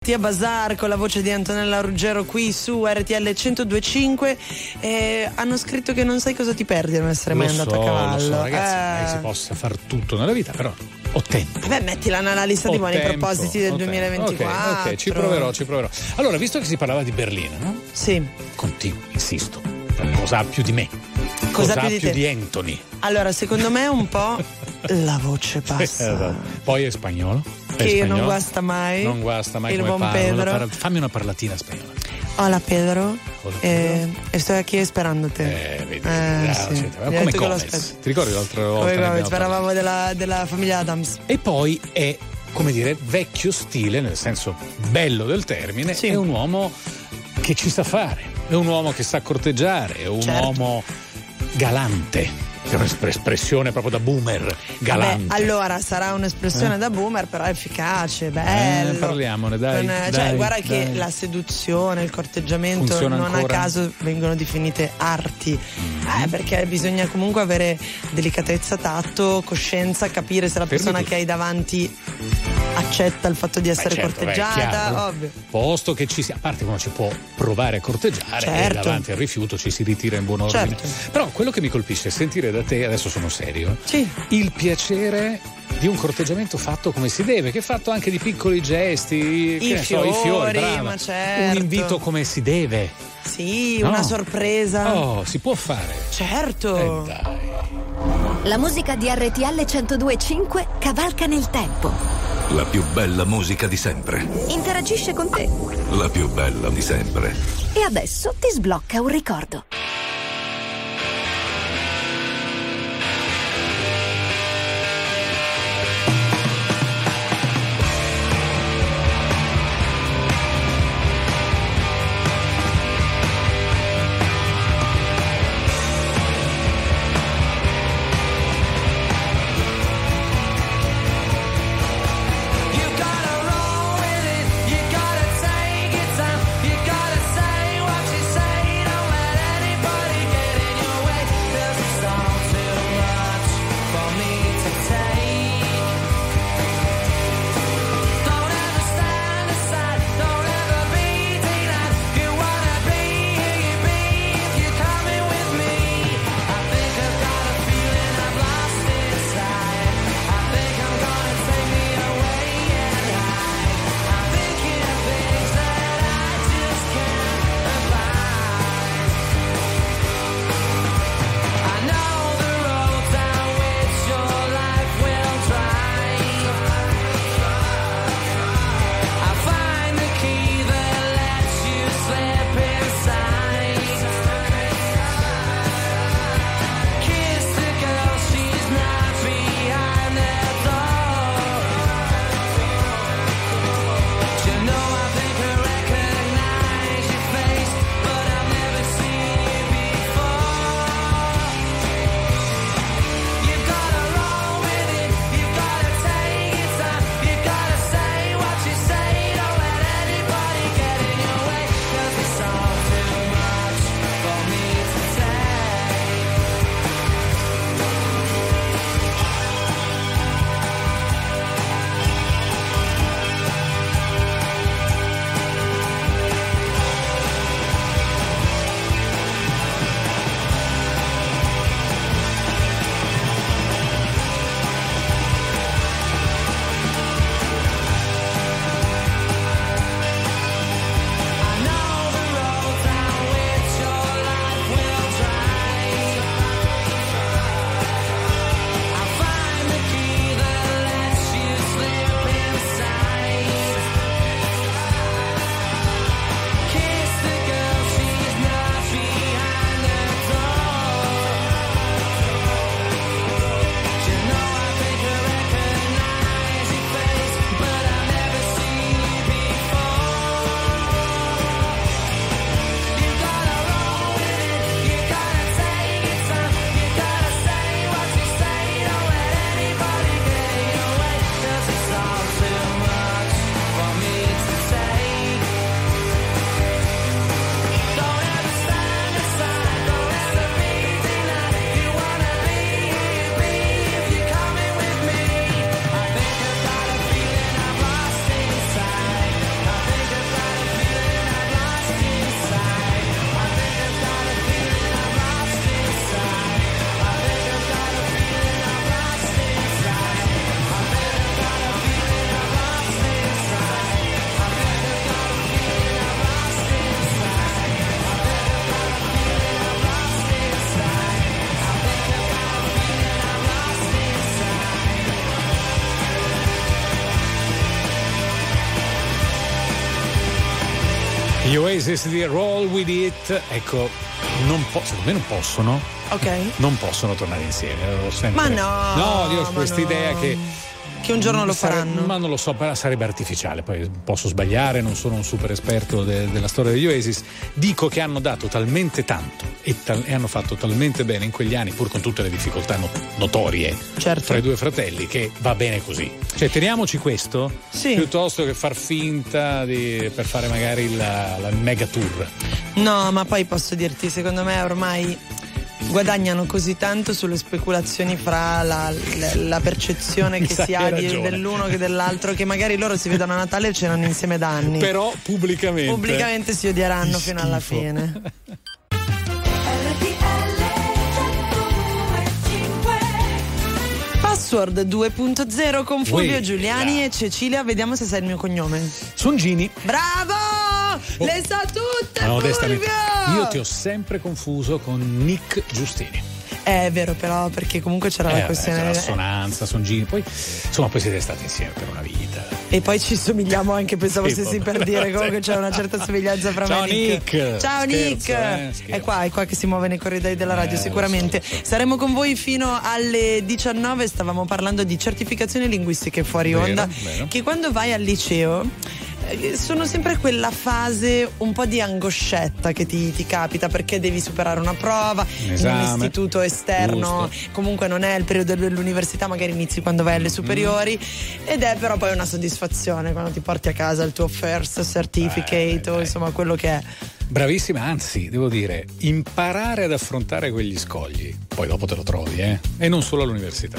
Mattia Bazar con la voce di Antonella Ruggero qui su RTL 102.5. Hanno scritto che non sai cosa ti perdi a non essere mai andato a cavallo. Lo so, ragazzi, si possa far tutto nella vita, però ho tempo. Beh, mettila nella lista di buoni propositi del 2024. Ok, ci proverò. Allora, visto che si parlava di Berlino, no? Sì. Continuo, insisto. Cosa ha più di me? Cosa ha più di Anthony? Allora, secondo me un po' la voce passa. Poi è spagnolo. Che non guasta mai. Non guasta mai il come buon parla. Pedro. Fammi una parlatina spagnola. Hola Pedro. Estoy aquí esperándote. Vedi, sì. Come Gomez. Ti ricordi l'altra volta? Come Gomez, parlavamo della famiglia Adams. E poi è, come dire, vecchio stile, nel senso bello del termine, sì. È un uomo che ci sa fare, è un uomo che sa corteggiare, è un uomo galante. È un'espressione proprio da boomer, galante. Beh, allora sarà un'espressione da boomer, però è efficace, bello. Parliamone, dai. Guarda dai. che la seduzione, il corteggiamento funziona non ancora? a caso vengono definite arti, perché bisogna comunque avere delicatezza, tatto, coscienza, capire se la persona che hai davanti accetta il fatto di essere corteggiata, ovvio. Posto che ci sia, a parte uno ci può provare a corteggiare e davanti al rifiuto ci si ritira in buon ordine. Però quello che mi colpisce è sentire da te, adesso sono serio, il piacere di un corteggiamento fatto come si deve, che è fatto anche di piccoli gesti, i fiori, ma certo. Un invito come si deve. Sì, una sorpresa. Oh, si può fare. Certo. Dai. La musica di RTL 102.5 cavalca nel tempo. La più bella musica di sempre. Interagisce con te. La più bella di sempre. E adesso ti sblocca un ricordo. You gotta say what you say, don't let anybody Gli Oasis di Roll With It, ecco, secondo me non possono. Ok. Non possono tornare insieme. Ma no! No, io ho questa idea che un giorno lo faranno. Ma non lo so, sarebbe artificiale, poi posso sbagliare, non sono un super esperto della storia degli Oasis. Dico che hanno dato talmente tanto e hanno fatto talmente bene in quegli anni, pur con tutte le difficoltà notorie fra i due fratelli, che va bene così. Cioè teniamoci questo piuttosto che far finta per fare magari la mega tour. No, ma poi posso dirti, secondo me ormai guadagnano così tanto sulle speculazioni fra la percezione che si ha dell'uno che dell'altro, che magari loro si vedono a Natale e cenano insieme da anni, però pubblicamente si odieranno fino alla fine. Password 2.0 con Fulvio Giuliani e Cecilia. Vediamo se sai il mio cognome. Songini. Bravo! Le sa tutte, no, Fulvio! Io ti ho sempre confuso con Nick Giustini. È vero, però, perché comunque c'era la questione l'assonanza, Songini. Poi siete stati insieme per una vita. E poi ci somigliamo anche, pensavo stessi per dire, comunque c'è una certa somiglianza fra me e Nick. Ciao Nick! È qua che si muove nei corridoi della radio, sicuramente. So. Saremo con voi fino alle 19, stavamo parlando di certificazioni linguistiche fuori onda, che quando vai al liceo sono sempre quella fase un po' di angoscetta che ti capita, perché devi superare una prova in un istituto esterno, comunque non è il periodo dell'università, magari inizi quando vai alle superiori, ed è però poi una soddisfazione quando ti porti a casa il tuo first certificate o insomma quello che è. Bravissima, anzi devo dire, imparare ad affrontare quegli scogli, poi dopo te lo trovi, e non solo all'università.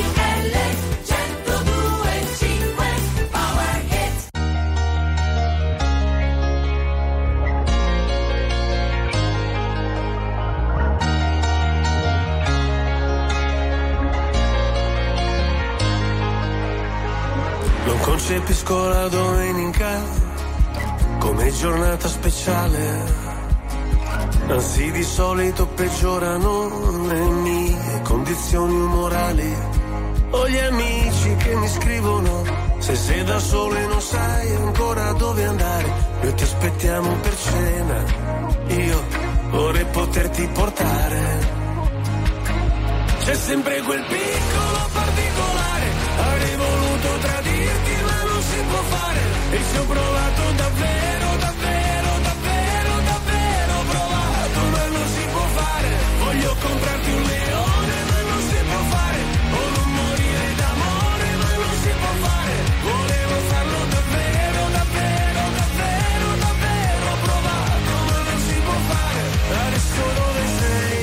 Concepisco la domenica come giornata speciale, anzi di solito peggiorano le mie condizioni umorali. Ho gli amici che mi scrivono: se sei da solo e non sai ancora dove andare, noi ti aspettiamo per cena, io vorrei poterti portare. C'è sempre quel piccolo particolare, avrei voluto tradirti ma non si può fare, e ci ho provato davvero, davvero, davvero, davvero provato, ma non si può fare. Voglio comprarti un leone ma non si può fare, o non morire d'amore ma non si può fare. Volevo farlo davvero, davvero, davvero, davvero provato, ma non si può fare. Adesso dove sei?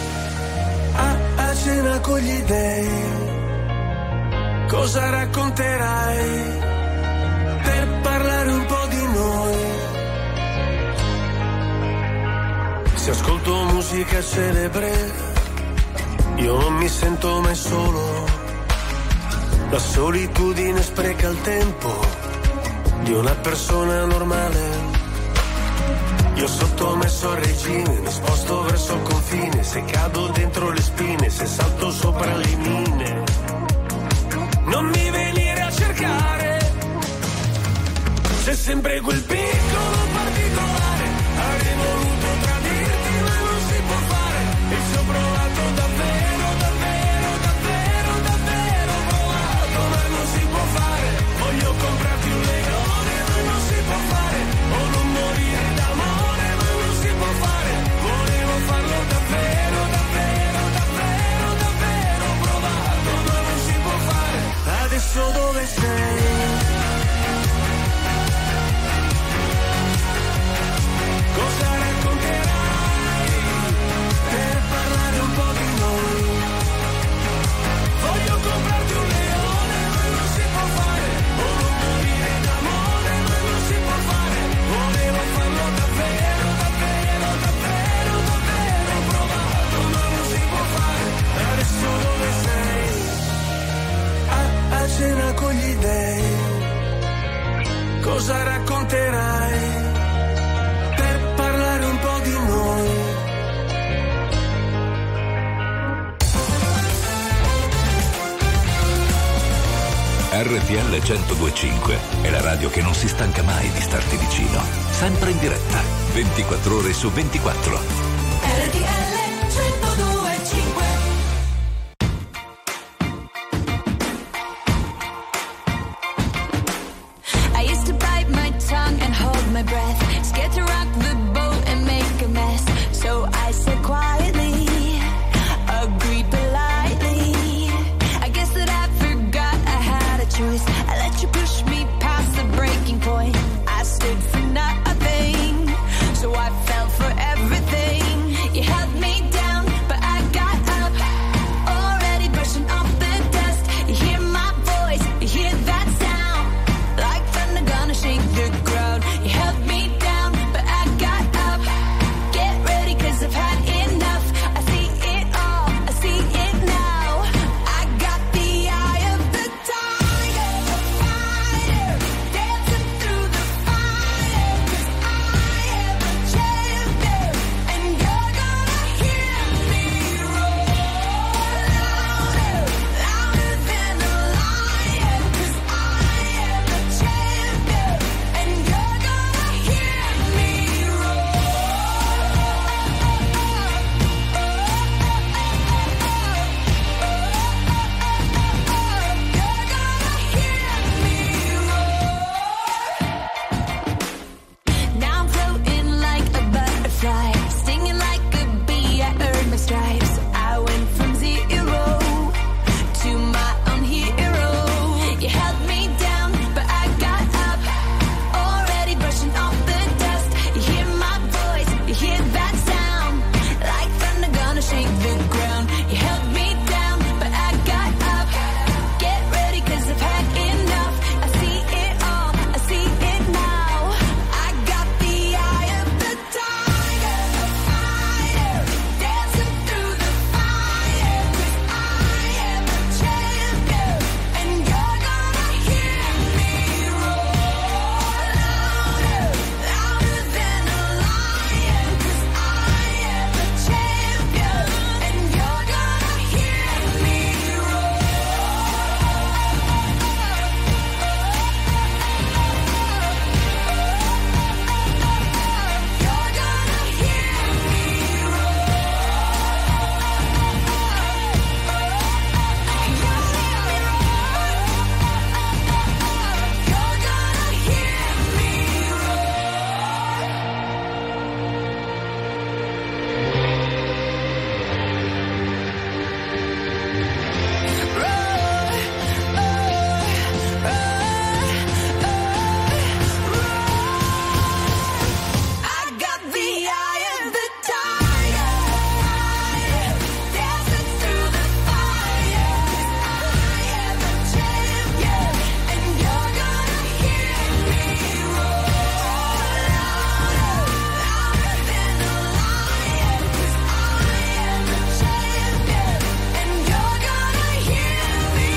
A cena con gli dèi, cosa racconterai per parlare un po' di noi? Se ascolto musica celebre, io non mi sento mai solo. La solitudine spreca il tempo di una persona normale. Io sottomesso al regime, mi sposto verso il confine, se cado dentro le spine, se salto sopra le mine. Non mi venire a cercare, c'è sempre quel piccolo particolare, avrei voluto tradirti ma non si può fare, e ci ho provato davvero, davvero, davvero, davvero provato, ma non si può fare. Voglio comprarti un leone ma non si può fare, o non morire d'amore ma non si può fare. Volevo farlo davvero, davvero, davvero, davvero provato, ma non si può fare. Adesso dove sei? Cosa racconterai per parlare un po' di noi? Voglio comprarti un leone ma non si può fare, o non morire d'amore ma non si può fare. Volevo farlo davvero, davvero, davvero, davvero provato, ma non si può fare. Adesso dove sei? A cena con gli dèi, cosa racconterai per parlare un po' di noi? RTL 102.5 è la radio che non si stanca mai di starti vicino. Sempre in diretta, 24 ore su 24. RTL 102.5. I used to bite my tongue and hold my breath, scared to rock the boat and make a mess. So I said quietly, agreed politely. I guess that I forgot I had a choice. I let you push me past the breaking point. I stood for nothing, so I fell for everything. You held me down, but I got up, already brushing off the dust. You hear my voice, you hear that sound, like thunder gonna shake the ground. You held me down, but I got up. Get ready, 'cause I've had enough. I see it all, I see it now. I got the eye of the tiger, a fighter, dancing through the fire. 'Cause I am a champion, and you're gonna hear me roar louder, louder than a lion. 'Cause I am a champion, and you're gonna hear me roar. Now I'm floating like a butterfly, stinging like a bee. I earned my stripes. I went from zero to my own hero. You held me down, but I got up, already brushing off the dust. You hear my voice, you hear that sound, like thunder gonna shake the ground. You held me down, but I got up. Get ready, 'cause I've had enough. I see it all, I see it now. I got the eye of the tiger, a fighter, dancing through the fire. 'Cause I am a champion, and you're gonna hear me roar louder, louder than a lion. 'Cause I am a champion, and you're gonna hear me roar. You're gonna hear me I got the eye of the tiger, dancing through the fire. 'Cause I am a champion, and you're gonna hear me roar louder, louder than a lion. 'Cause I am a champion, and you're gonna hear me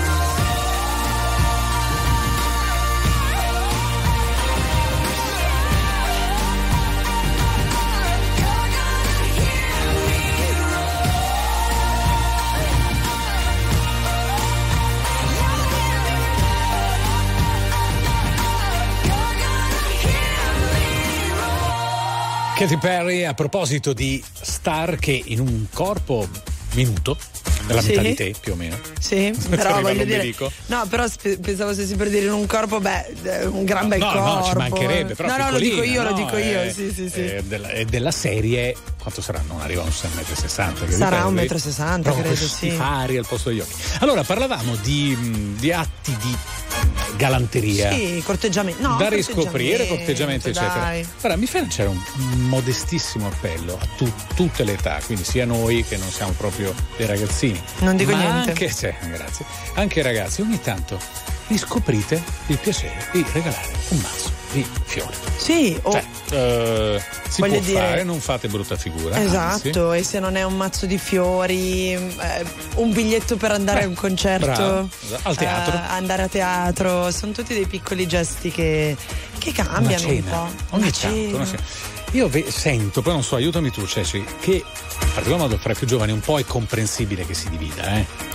Katy Perry, a proposito di star che in un corpo minuto, della metà di te più o meno. Sì, però voglio dire. No, però pensavo stessi per dire in un corpo, un gran bel corpo. No, ci mancherebbe, però lo dico io, sì. Della serie, quanto sarà? Non arriva a un 1,60 m. Sarà 1,60 m, credo, sì. Fari al posto degli occhi. Allora, parlavamo di atti di galanteria. Sì, corteggiamento. No, da riscoprire, corteggiamento, eccetera. Dai. Ora, mi fa lanciare un modestissimo appello a tutte le età, quindi sia noi che non siamo proprio dei ragazzini. Non dico niente. Grazie. Anche ragazzi, ogni tanto riscoprite il piacere di regalare un mazzo di fiori. Sì, si può fare, non fate brutta figura. Esatto, anzi. E se non è un mazzo di fiori, un biglietto per andare a un concerto, bravo, al teatro, andare a teatro, sono tutti dei piccoli gesti che cambiano un po'. Una cena. Io sento, poi non so, aiutami tu Ceci, che in particolar modo fra i più giovani un po' è comprensibile che si divida,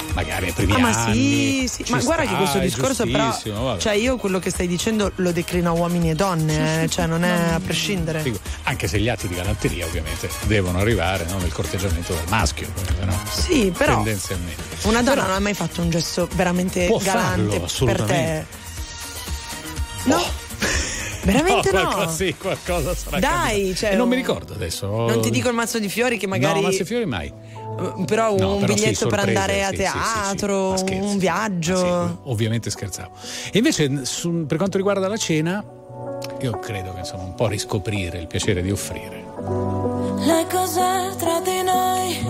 magari ai primi ma anni. sì. Ma guarda che questo discorso però, cioè io quello che stai dicendo lo declino a uomini e donne, cioè non è a prescindere. Anche se gli atti di galanteria ovviamente devono arrivare, no, nel corteggiamento del maschio, no? Sì, però tendenzialmente una donna non ha mai fatto un gesto veramente galante per te. No. Veramente no. Sì, qualcosa sarà. Dai, cioè, non mi ricordo adesso. Non ti dico il mazzo di fiori che magari. No, mazzo di fiori mai. Però un biglietto per andare a teatro, un viaggio. Ovviamente scherzavo. E invece per quanto riguarda la cena, io credo che insomma un po' riscoprire il piacere di offrire. Le cose tra di noi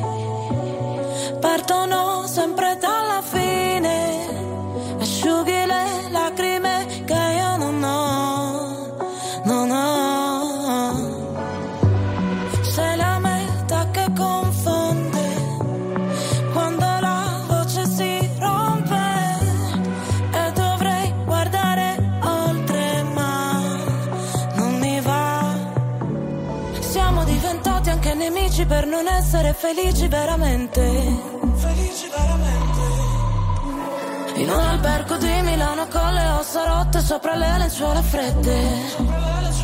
partono sempre dalla fine, asciughi le lacrime che io non ho. Sei la meta che confonde quando la voce si rompe e dovrei guardare oltre ma non mi va. Siamo diventati anche nemici per non essere felici veramente. In un albergo di Milano con le ossa rotte sopra le lenzuola fredde.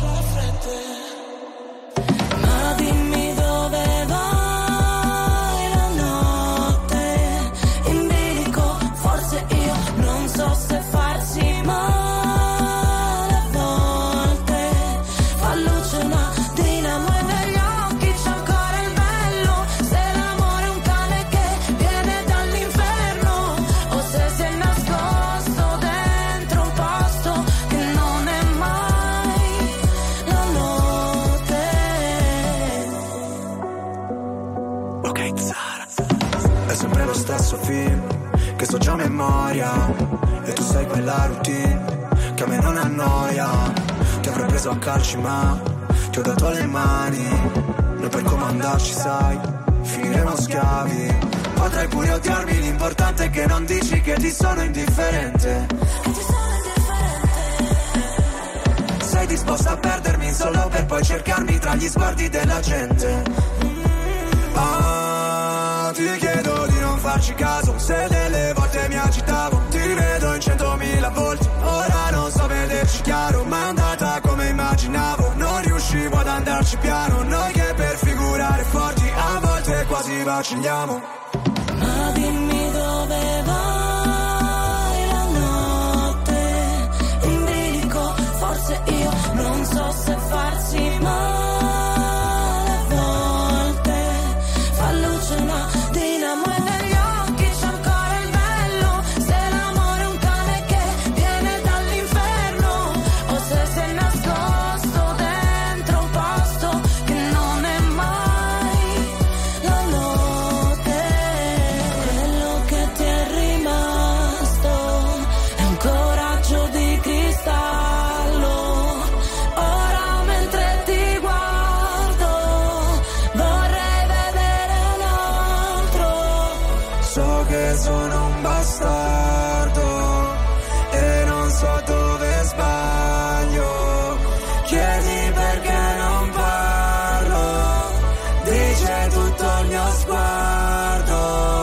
Ma dimmi dove vai la notte in bilico, forse io non so se farsi male a volte. Fa luce una dinamo e negli occhi c'è ancora il bello. Se l'amore è un cane che viene dall'inferno o se si è nascosto dentro un posto che non è mai la notte. Ok, Zara. È sempre lo stesso film che so già a memoria e tu sai quella routine che a me non annoia. Ti avrei preso a calci ma ti ho dato le mani. Noi per comandarci sai finiremo schiavi. Potrai pure odiarmi, l'importante è che non dici che ti sono indifferente. Sei disposta a perdermi solo per poi cercarmi tra gli sguardi della gente. Ti chiedo di non farci caso, se delle volte mi agitavo. Ti vedo in 100.000 volti, ora non so vederci chiaro. Ma è andata come immaginavo, non riuscivo ad andarci piano. Noi che per figurare forti a volte quasi vacilliamo. Ma dimmi dove vai la notte in bilico, forse io non so se farsi male a volte. Fa luce una dinamo e negli occhi c'è ancora il bello. Se l'amore è un cane che viene dall'inferno o se si è nascosto dentro un posto che non è mai la notte. Quello che ti è rimasto è un coraggio di cristallo. Ora mentre ti guardo vorrei vedere un altro. So che sono un bastardo e non so dove sbaglio. Chiedi perché non parlo, dice tutto il mio sguardo.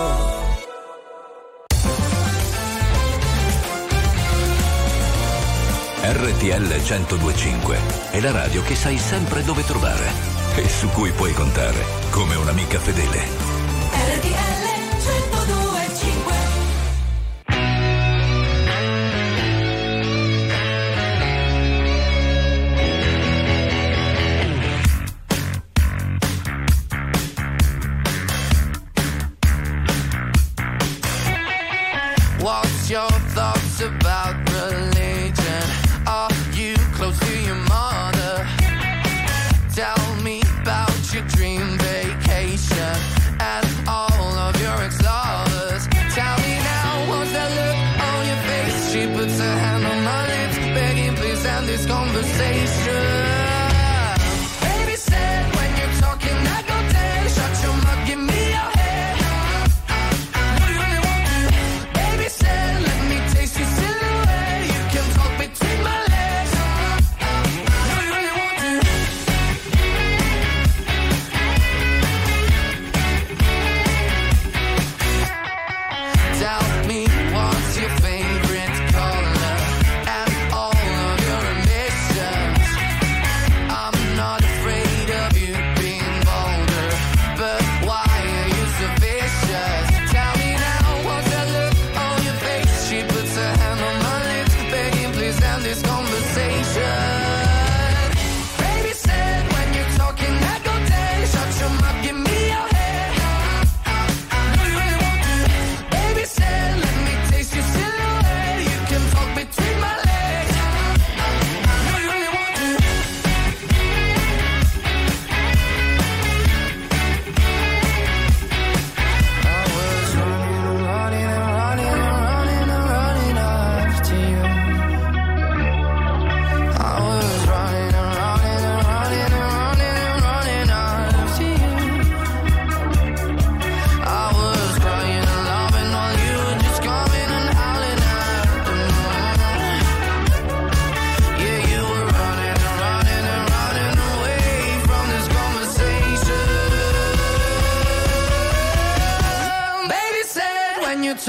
RTL 102.5 è la radio che sai sempre dove trovare e su cui puoi contare come un'amica fedele. RTL 102.5. What's your thoughts about religion? Are you close to your mother? Tell me about your dream vacation and all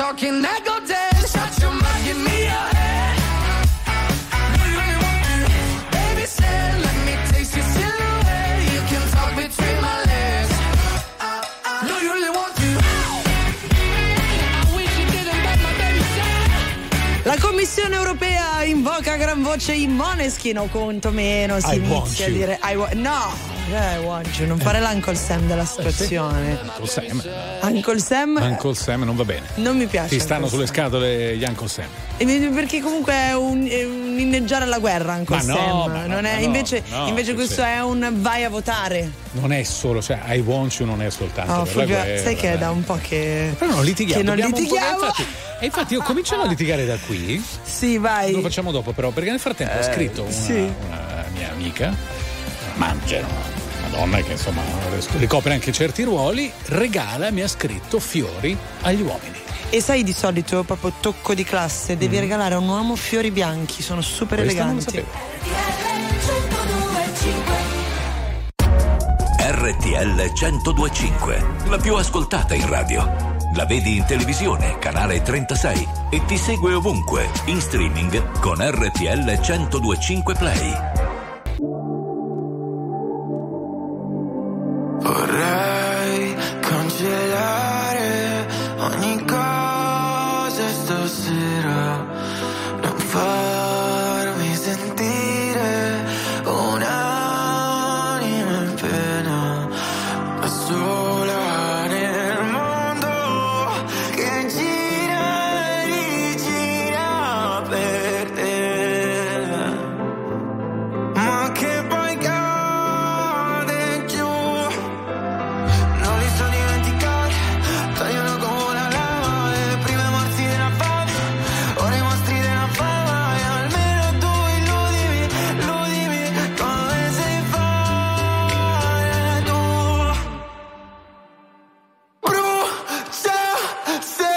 can I go dance? Shut your mouth, give me your hand. Do you really want to? Baby said, let me taste your silhouette. You can talk between my legs. Do you really want to? I wish you didn't, but my baby said. La Commissione europea invoca a gran voce i Måneskin, o quanto meno si inizia a dire non fare l'Uncle Sam della situazione. Uncle Sam non va bene. Non mi piace. Ti stanno sulle scatole gli Uncle Sam. Perché comunque è un inneggiare alla guerra Uncle Sam. Invece questo è un vai a votare. Non è solo, cioè I want you non è soltanto per la guerra. Sai che è da un po' che però non litighiamo. Che non litighiamo. E infatti io cominciavo a litigare da qui. Sì, vai. Lo facciamo dopo però, perché nel frattempo ha scritto una mia amica, una donna che insomma ricopre anche certi ruoli, mi ha scritto fiori agli uomini. E sai, di solito proprio tocco di classe, devi regalare a un uomo fiori bianchi, sono super eleganti. RTL 102.5, la più ascoltata in radio. La vedi in televisione, canale 36, e ti segue ovunque, in streaming con RTL 102.5 Play. Vorrei cancellare ogni cosa stasera, non farmi sentire un'anima in pena, da sola nel mondo che gira e rigira per te, ma che poi cade giù. Non li so dimenticare, tagliano come la lava, le prime morsi della fame, ora i mostri della fama, e almeno tu illudimi come sei fare tu. Brucia se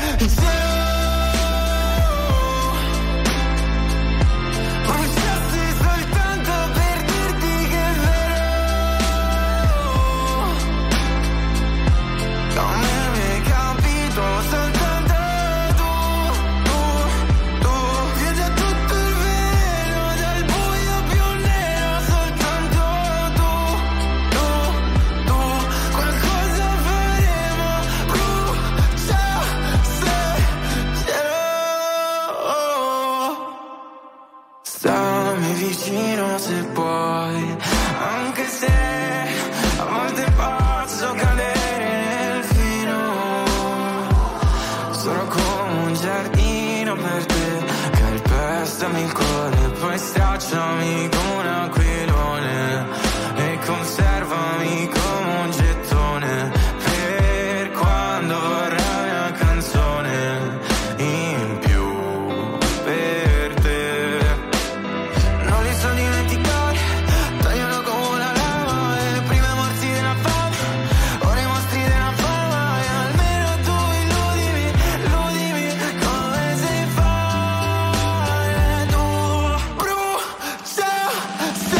bruciassi soltanto per dirti che è vero, come mi hai capito soltanto tu, vieni a tutto il vero, dal buio più nero, soltanto tu, qualcosa faremo, brucia se stammi vicino se puoi, anche se a volte posso cadere nel fino. Sono come un giardino per te, calpestami il cuore, poi stracciami come un aquilone e conservami come un gettone per quando vorrai una canzone in più per te. Non li so dimenticare, tagliano come la lava, le prime morsi della fame, ora i mostri della fama, e almeno tu illudimi come sei fare tu. Brucia se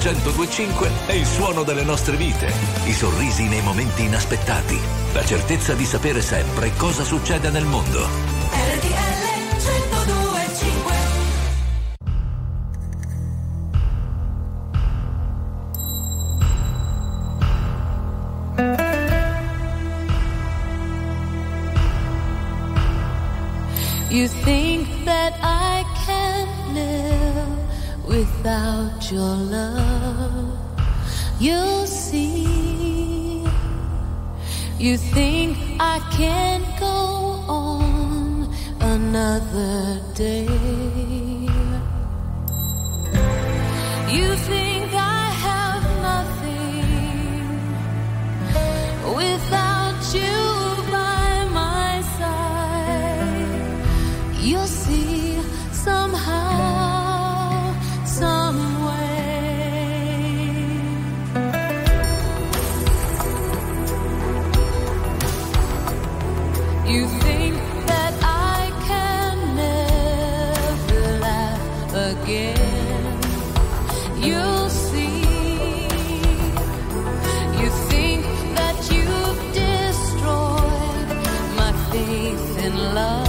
102.5 è il suono delle nostre vite, i sorrisi nei momenti inaspettati, la certezza di sapere sempre cosa succede nel mondo. RTL 102.5. You think that I can't live without your love. You'll see. You think I can't go on another day. You think I have nothing without you. You'll see somehow, some way. You think that I can never laugh again. You'll see. You think that you've destroyed my faith in love.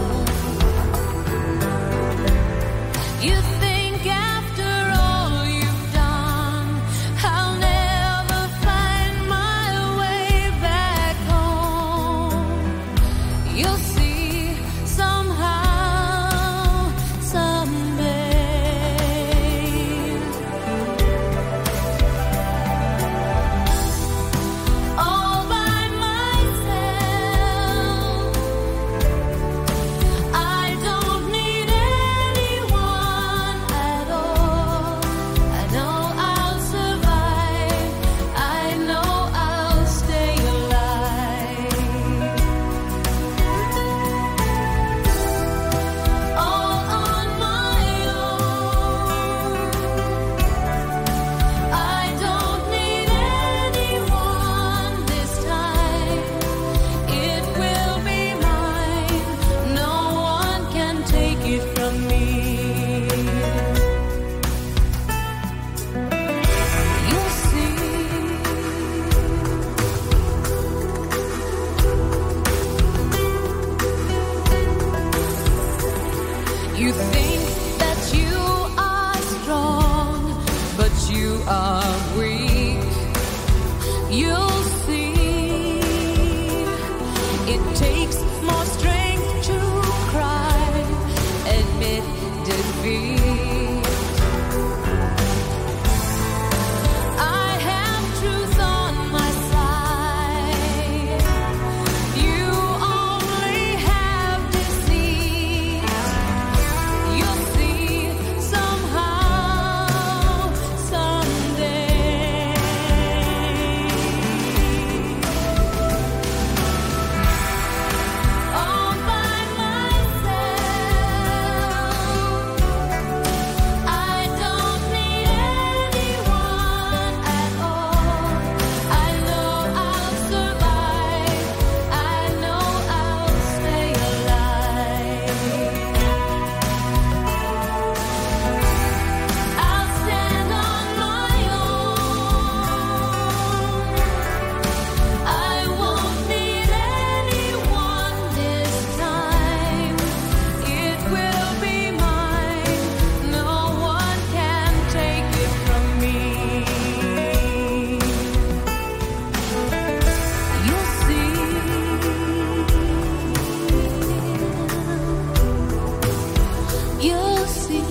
You think after all you've done, I'll never find my way back home. You'll see somehow, someday. All by myself, I don't need anyone at all. I know I'll survive. I know I'll stay alive. All on my own. I don't need anyone this time. It will be mine. No one can take it from me. You'll see. You think that you are strong, but you are weak. You'll see. It takes more strength to cry, admit defeat. I have truth on my side. You only have deceit. You'll see somehow, someday. All by myself, I don't need anyone at all. I know I'll survive. I know I'll stay alive. I'll stand on my own. I won't need anyone this time. It will be mine. No one can take it from me. You'll see. You'll see.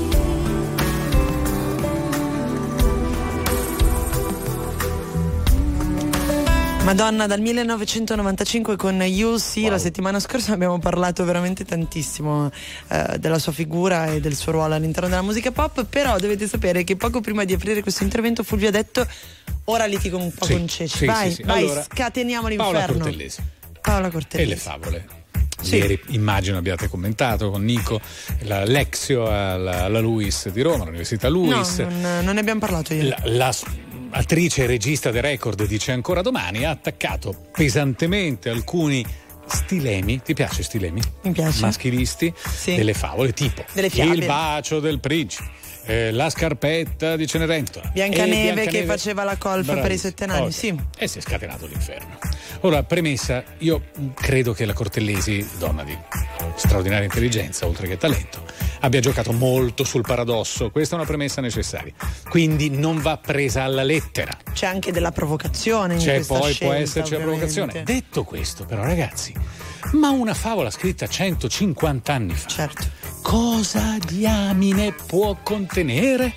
Madonna, dal 1995 con You'll See. La settimana scorsa abbiamo parlato veramente tantissimo della sua figura e del suo ruolo all'interno della musica pop, però dovete sapere che poco prima di aprire questo intervento Fulvio ha detto: ora litigo un po' con Ceci. Vai, Allora, scateniamo l'inferno. Paola Cortellesi. E le favole. Sì. Ieri immagino abbiate commentato con Nico la Lexio alla LUISS di Roma, all'Università LUISS. No, non ne abbiamo parlato ieri. La attrice e regista dei record dice ancora domani, ha attaccato pesantemente alcuni stilemi. Ti piace stilemi? Mi piace. Maschilisti, sì. Delle favole, tipo delle fiabe. Il bacio del principe, La scarpetta di Cenerentola. Biancaneve che faceva la colf per i 7 anni, okay. Sì. E si è scatenato l'inferno. Ora, premessa, io credo che la Cortellesi, donna di straordinaria intelligenza, oltre che talento, abbia giocato molto sul paradosso. Questa è una premessa necessaria. Quindi non va presa alla lettera. C'è anche della provocazione in questa poi scelta, può esserci ovviamente. la provocazione. Detto questo, però, ragazzi, ma una favola scritta 150 anni fa, certo, cosa diamine può contenere?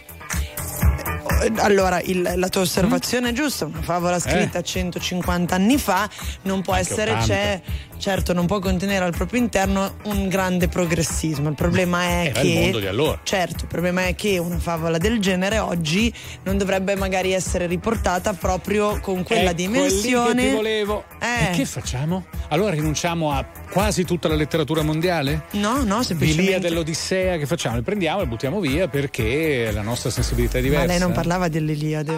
Allora, la tua osservazione è giusta. Una favola scritta 150 anni fa non può anche essere 80. Certo, non può contenere al proprio interno un grande progressismo. Il problema è Era che il mondo di allora. Certo, il problema è che una favola del genere oggi non dovrebbe magari essere riportata proprio con quella dimensione. È lì che ti volevo. E che facciamo? Allora rinunciamo a quasi tutta la letteratura mondiale? No, semplicemente L'Ilia dell'Odissea, che facciamo? Le prendiamo e buttiamo via perché la nostra sensibilità è diversa. Ma lei non parlava dell'Iliade.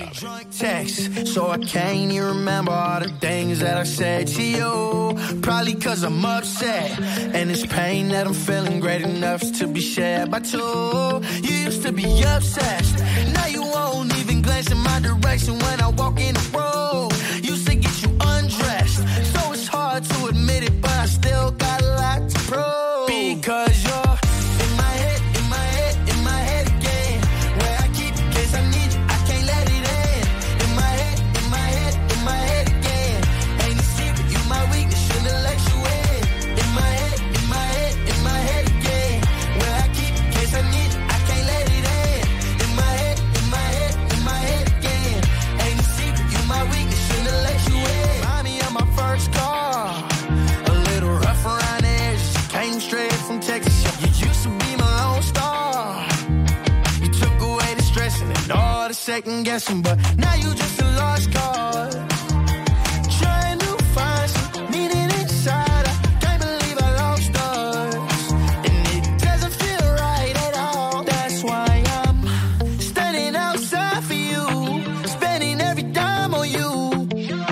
So I can't even remember all the things that I said to you. Probably cause I'm upset, and it's pain that I'm feeling great enough to be shared by two. You used to be obsessed, now you won't even glance in my direction when I walk in the room. Used to get you undressed, so it's hard to admit it, but I still got a lot to prove. Because you're in my head, in my head, in my head again. Where I keep in case I need you, I can't let it in. In my head, in my head, in my head again. Ain't a secret, you my weakness. Let you in. In my head, in my head, in my head again. Where I keep in case I need it, I can't let it in. In my head, in my head, in my head again. Ain't a secret, you my weakness, shouldn't let you in. Remind me of my first car, a little rough around the edges. Came straight from Texas. You used to be my lone star. You took away the stressing and all the second guessing, but now you just a lost cause. Trying to find some meaning inside. I can't believe I lost us, and it doesn't feel right at all. That's why I'm standing outside for you, spending every dime on you.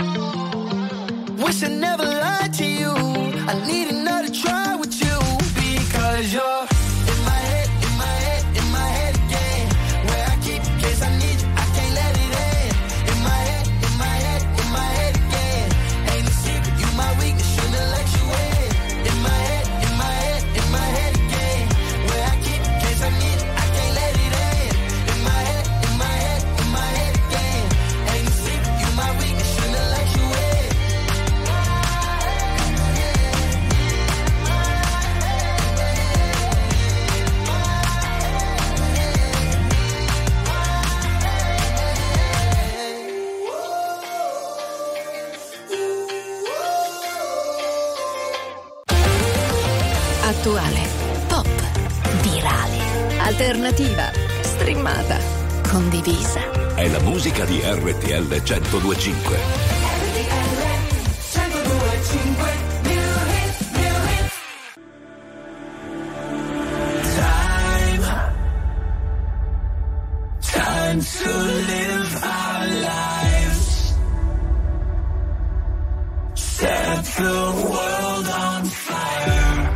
Wish I never lied to you. I need another try with you, because you're in my head, in my head, in my head again. Where I keep in case I need you, I can't let it in. In my head, in my head, in my head again. Ain't a secret, you my weakness, shouldn't let you in. In my head, in my head, in my head again. Where I keep in case I need you, I can't let it in. In my head, in my head, in my head again. Ain't a secret, you my weakness, shouldn't let you in. Attuale, pop, virale, alternativa, streamata, condivisa. È la musica di RTL 102.5. Time to live our lives. Set the world on fire.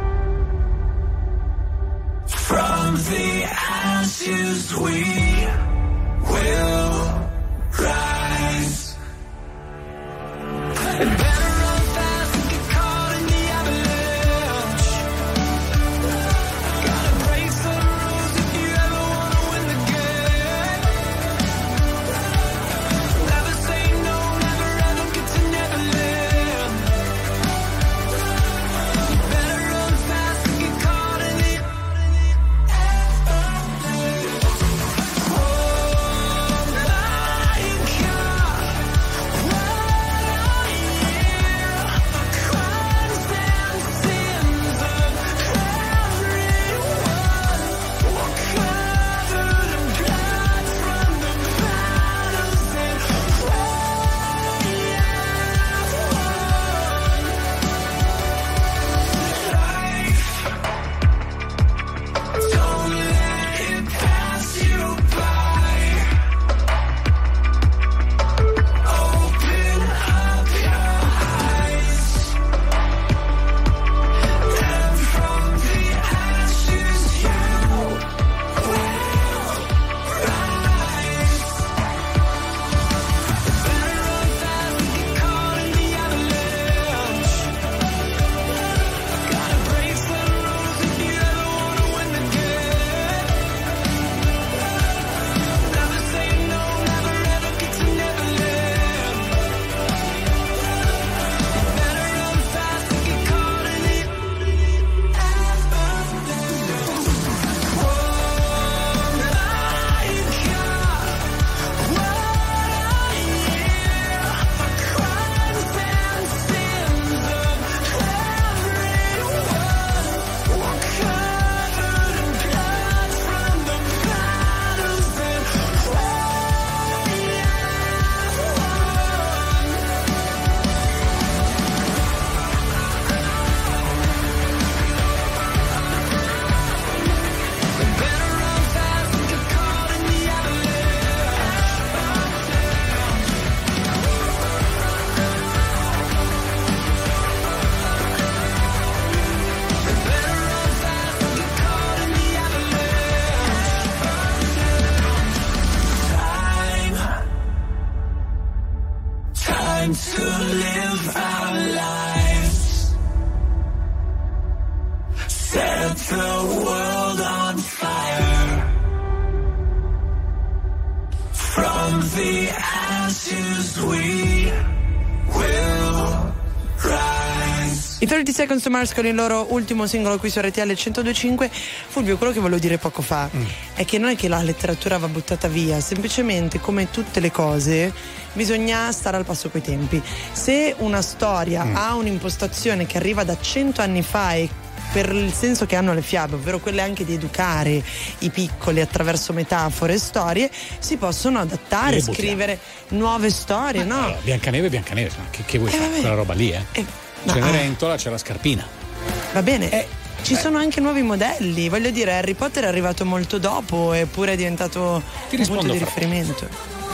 From the ashes we will rise. And better run fast and get caught in the avalanche. Gotta break some rules if you ever wanna win the game. Never say no, never ever get to Neverland. You better run fast and get caught in the avalanche. meant to live our lives. Set the world on fire. From the ashes we will rise. I 30 Seconds to Mars con il loro ultimo singolo qui su RTL 102.5. Fulvio, quello che volevo dire poco fa è che non è che la letteratura va buttata via, semplicemente come tutte le cose bisogna stare al passo coi tempi. Se una storia ha un'impostazione che arriva da 100 anni fa e per il senso che hanno le fiabe, ovvero quelle anche di educare i piccoli attraverso metafore e storie, si possono adattare, scrivere nuove storie, no? Allora, Biancaneve, che vuoi fare? Quella roba lì, Cenerentola, c'è la Scarpina. Va bene. Ci sono anche nuovi modelli, voglio dire, Harry Potter è arrivato molto dopo, eppure è diventato un punto di riferimento.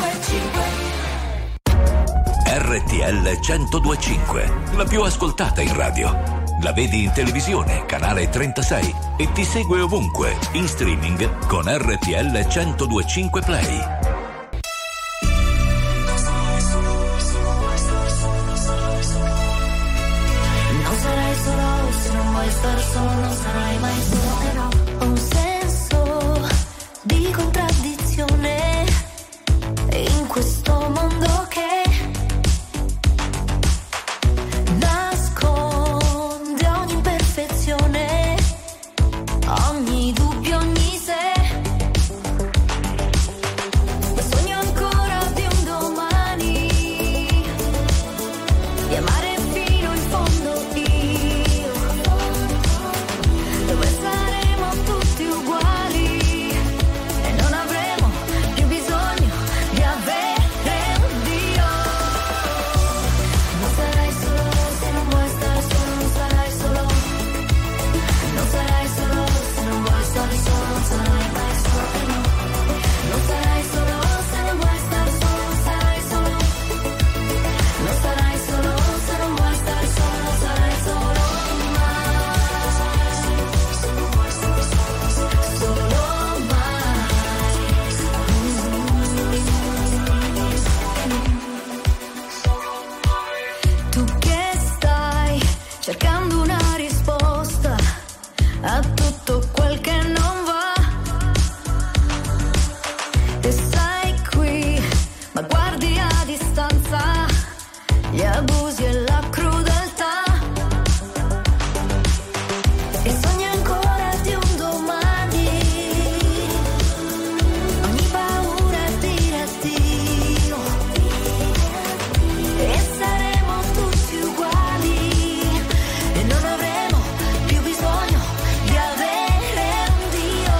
RTL 102.5, la più ascoltata in radio. La vedi in televisione, canale 36, e ti segue ovunque, in streaming con RTL 102.5 Play. Non sarai solo se non vuoi star solo, non sarai mai solo, però ho un senso di contraddizione in questo mondo che ogni dubbio, ogni se. Sogno ancora di un domani, di amare fino in fondo io, dove saremo tutti uguali e non avremo più bisogno di avere un Dio. Non sarai solo se non vuoi stare solo, non sarai solo, non sarai solo. Stare solo, non sarai mai solo, no. Non sarai solo se non vuoi stare solo, non sarai solo. Non sarai solo se non vuoi stare solo, non sarai solo mai. Solo mai. Tu che stai cercando una risposta a tutto quel che non va, e sei qui, ma guardi a distanza gli abusi e la crudeltà, e sogni ancora di un domani, ogni paura è dire addio, e saremo tutti uguali e non avremo più bisogno di avere un Dio.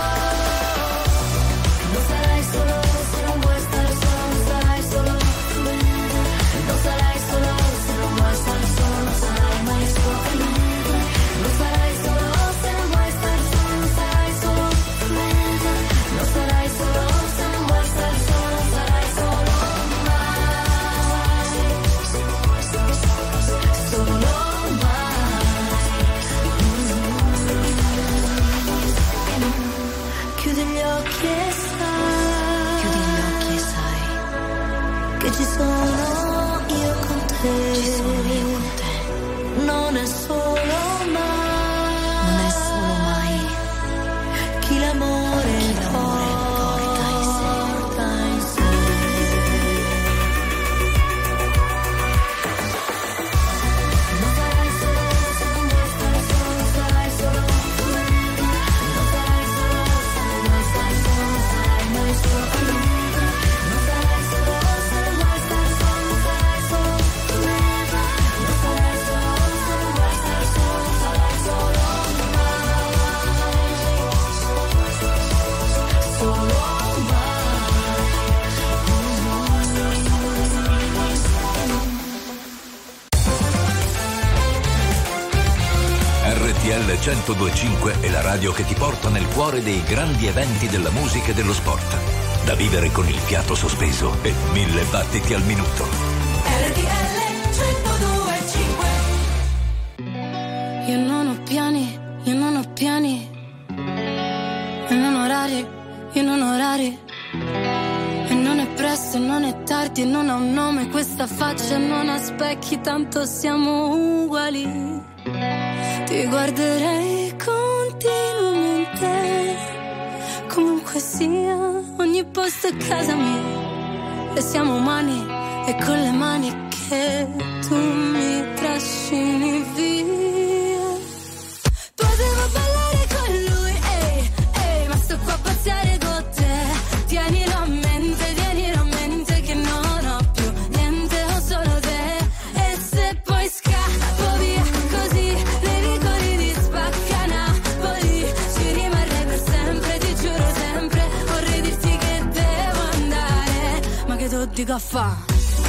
Non sarai solo se non vuoi stare solo, non sarai solo. Non sarai solo se non vuoi stare solo, non sarai mai solo. Non sarai solo se non vuoi stare solo, non sarai solo. Non sarai solo se non vuoi stare solo, non sarai solo mai. Solo mai. Chiudi gli occhi e sai, chiudi gli occhi e sai che ci sono io con te, ci sono io con te. Non è solo mai, non è solo mai chi l'amore porta in sé. Non sarai solo se non vuoi stare solo, non sarai solo. Non sarai solo se non vuoi stare solo, non sarai mai solo. Non sarai solo se non vuoi stare solo, non sarai solo. Non sarai solo se non vuoi stare solo, non sarai solo mai. Solo mai. RTL 102.5 è la radio che ti porta nel cuore dei grandi eventi della musica e dello sport. Da vivere con il fiato sospeso e 1000 battiti al minuto. RTL 102.5. Io non ho piani, io non ho piani, io non ho orari, io non ho orari, e non è presto se non è tardi e non ha un nome, questa faccia non ha specchi, tanto siamo uguali. Ti guarderei continuamente, comunque sia, ogni posto è casa mia. E siamo umani e con le mani che tu mi trascini via. Potevo ballare con lui, ehi, ehi, ma sto qua a pazziare con te. Tienilo a mente che non ho più niente, ho solo te. E se poi scappo via così, nei vicoli di Spacca Napoli, ci rimarrei per sempre, ti giuro sempre. Vorrei dirti che devo andare, ma che tu dico a fa'?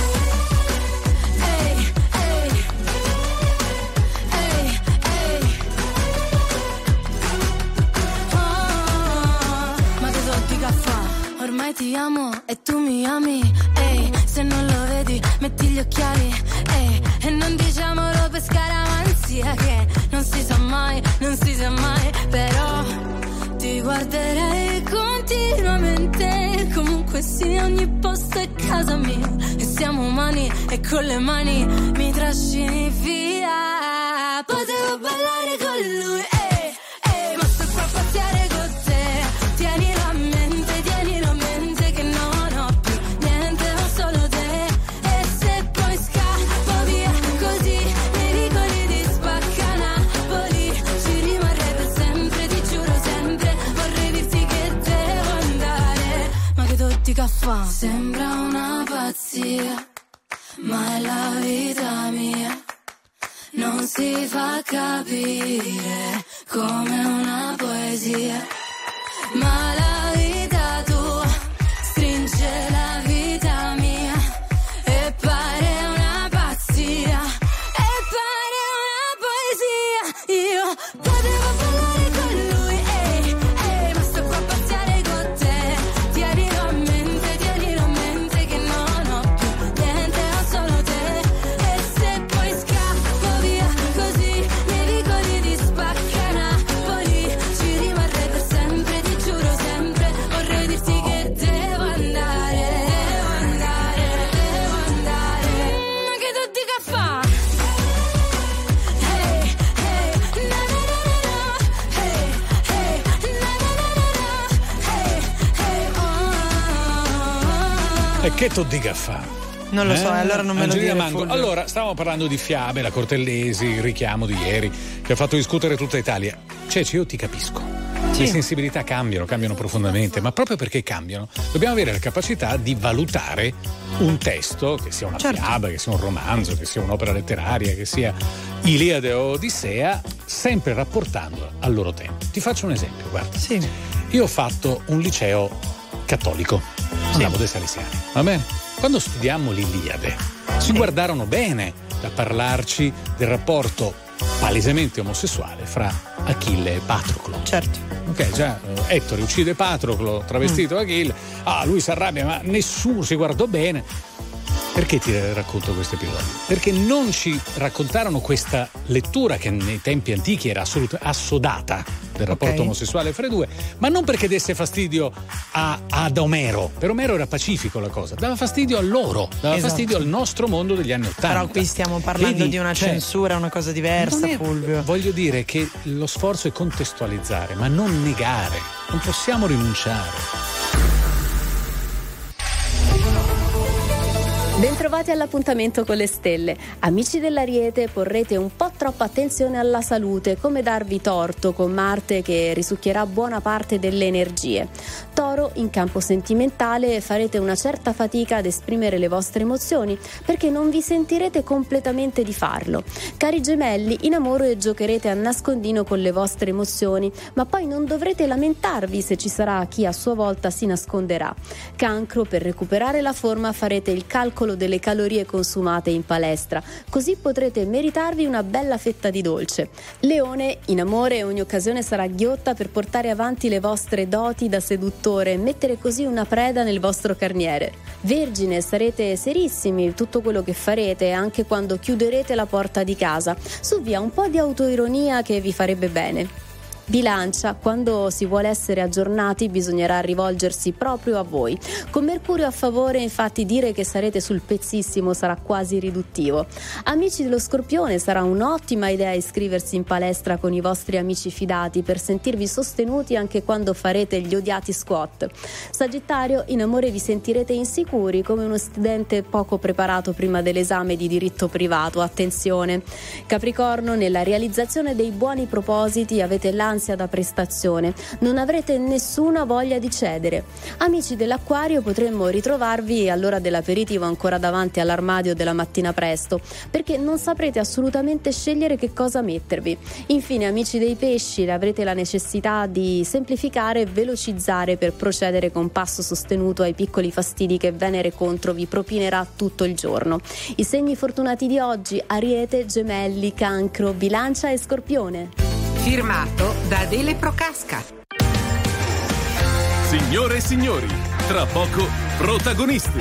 Ormai ti amo e tu mi ami, ehi, se non lo vedi metti gli occhiali, ehi, e non diciamolo per scaramanzia che non si sa mai, però ti guarderei continuamente, comunque sia, ogni posto è casa mia, e siamo umani e con le mani mi trascini via. Potevo ballare con lui, ehi, ehi, ma sto qua a pazziare con te. Tienilo a mente che non ho più niente, ho solo te. E se poi scappo via così, nei vicoli di Spacca Napoli, ci rimarrei per sempre, ti giuro sempre. Vorrei dirti che devo andare, ma che tu dica fa'? Sembra una pazzia, ma è la vita mia. Non si fa capire come una poesia, ma la vita tua stringe la vita mia e pare una pazzia, e pare una poesia. Io potevo ballare con lui, ehi, ehi, ma sto qua a pazziare con te. Tienilo a mente che non ho più niente, ho solo te. E se poi scappo via così, nei vicoli di Spacca Napoli, ci rimarrei per sempre, ti giuro sempre. Vorrei dirti che devo andare, ma che tu dica fa'? Hey, hey, na na na na na, hey, hey, na na na na na, hey, hey, oh. E che tu dica fa? Non lo so, allora non me lo dire. Allora, stavamo parlando di Fiabe, la Cortellesi, il richiamo di ieri che ha fatto discutere tutta Italia. Ceci, io ti capisco. Sì. Le sensibilità cambiano profondamente, ma proprio perché cambiano dobbiamo avere la capacità di valutare un testo, che sia una fiaba, che sia un romanzo, che sia un'opera letteraria, che sia Iliade o Odissea, sempre rapportandolo al loro tempo. Ti faccio un esempio, guarda. Sì. Io ho fatto un liceo cattolico, andavo dai Salesiani, va bene? Quando studiammo l'Iliade si guardarono bene da parlarci del rapporto palesemente omosessuale fra Achille e Patroclo. Certo. Ok, già Ettore uccide Patroclo travestito Achille, lui si arrabbia, ma nessuno si guardò bene. Perché ti racconto questo episodio? Perché non ci raccontarono questa lettura che nei tempi antichi era assolutamente assodata del rapporto omosessuale fra i due, ma non perché desse fastidio ad Omero. Per Omero era pacifico la cosa, dava fastidio a loro, dava fastidio al nostro mondo degli anni '80. Però qui stiamo parlando di una censura, una cosa diversa, Fulvio. Voglio dire che lo sforzo è contestualizzare, ma non negare, non possiamo rinunciare. Bentrovati all'appuntamento con le stelle. Amici dell'Ariete, porrete un po' troppa attenzione alla salute, come darvi torto con Marte che risucchierà buona parte delle energie. Toro, in campo sentimentale farete una certa fatica ad esprimere le vostre emozioni perché non vi sentirete completamente di farlo. Cari Gemelli, in amore giocherete a nascondino con le vostre emozioni, ma poi non dovrete lamentarvi se ci sarà chi a sua volta si nasconderà. Cancro, per recuperare la forma farete il calcolo delle calorie consumate in palestra, così potrete meritarvi una bella fetta di dolce. Leone, in amore ogni occasione sarà ghiotta per portare avanti le vostre doti da seduttore e mettere così una preda nel vostro carniere. Vergine, sarete serissimi tutto quello che farete, anche quando chiuderete la porta di casa. Su via un po' di autoironia che vi farebbe bene. Bilancia, quando si vuole essere aggiornati bisognerà rivolgersi proprio a voi. Con Mercurio a favore, infatti, dire che sarete sul pezzissimo sarà quasi riduttivo. Amici dello Scorpione, sarà un'ottima idea iscriversi in palestra con i vostri amici fidati per sentirvi sostenuti anche quando farete gli odiati squat. Sagittario, in amore vi sentirete insicuri come uno studente poco preparato prima dell'esame di diritto privato. Attenzione. Capricorno, nella realizzazione dei buoni propositi avete l'ansia da prestazione, non avrete nessuna voglia di cedere. Amici dell'Acquario, potremmo ritrovarvi all'ora dell'aperitivo ancora davanti all'armadio della mattina presto, perché non saprete assolutamente scegliere che cosa mettervi. Infine, amici dei Pesci, avrete la necessità di semplificare e velocizzare per procedere con passo sostenuto ai piccoli fastidi che Venere contro vi propinerà tutto il giorno. I segni fortunati di oggi: Ariete, Gemelli, Cancro, Bilancia e Scorpione. Firmato da Adele Procasca. Signore e signori, tra poco protagonisti.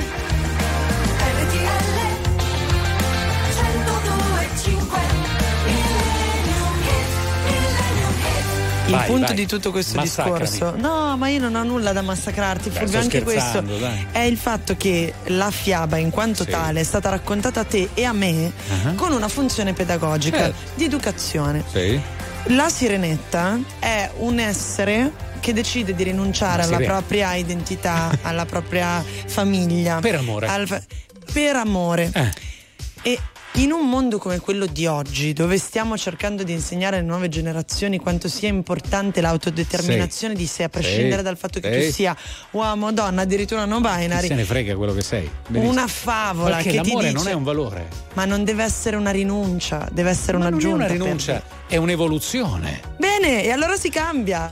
Il punto di tutto questo discorso, no, ma io non ho nulla da massacrarti, Fulvio, anche questo dai. È il fatto che la fiaba in quanto tale è stata raccontata a te e a me con una funzione pedagogica, di educazione. La sirenetta è un essere che decide di rinunciare alla propria identità, alla propria famiglia per amore, per amore. E in un mondo come quello di oggi, dove stiamo cercando di insegnare alle nuove generazioni quanto sia importante l'autodeterminazione di sé, a prescindere dal fatto che tu sia uomo o donna, addirittura no binary, chi se ne frega quello che sei. Benissimo. Una favola perché che l'amore ti dice, non è un valore, ma non deve essere una rinuncia, deve essere un'aggiunta. Non è una rinuncia, è un'evoluzione. Bene, e allora si cambia.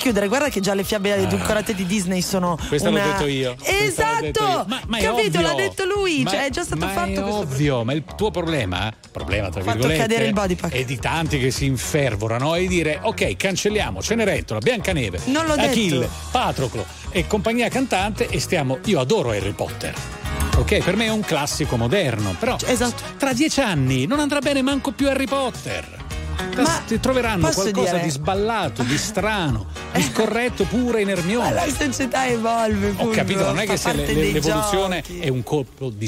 chiudere, guarda che già le fiabe edulcorate di Disney sono questo l'ho detto io. Esatto, ma capito, ovvio. l'ha detto lui, cioè è già stato fatto è questo ovvio, ma il tuo problema tra virgolette, cadere il body pack. è di tanti che si infervorano e dire ok, cancelliamo Cenerentola, Biancaneve, non l'ho Achille, detto. Patroclo e compagnia cantante e io adoro Harry Potter. Ok, per me è un classico moderno, però tra 10 anni non andrà bene manco più Harry Potter. Ti troveranno qualcosa di sballato, di strano, di scorretto pure in Hermione. Ma la società evolve. Ho capito, non è che se l'evoluzione giochi. è un colpo di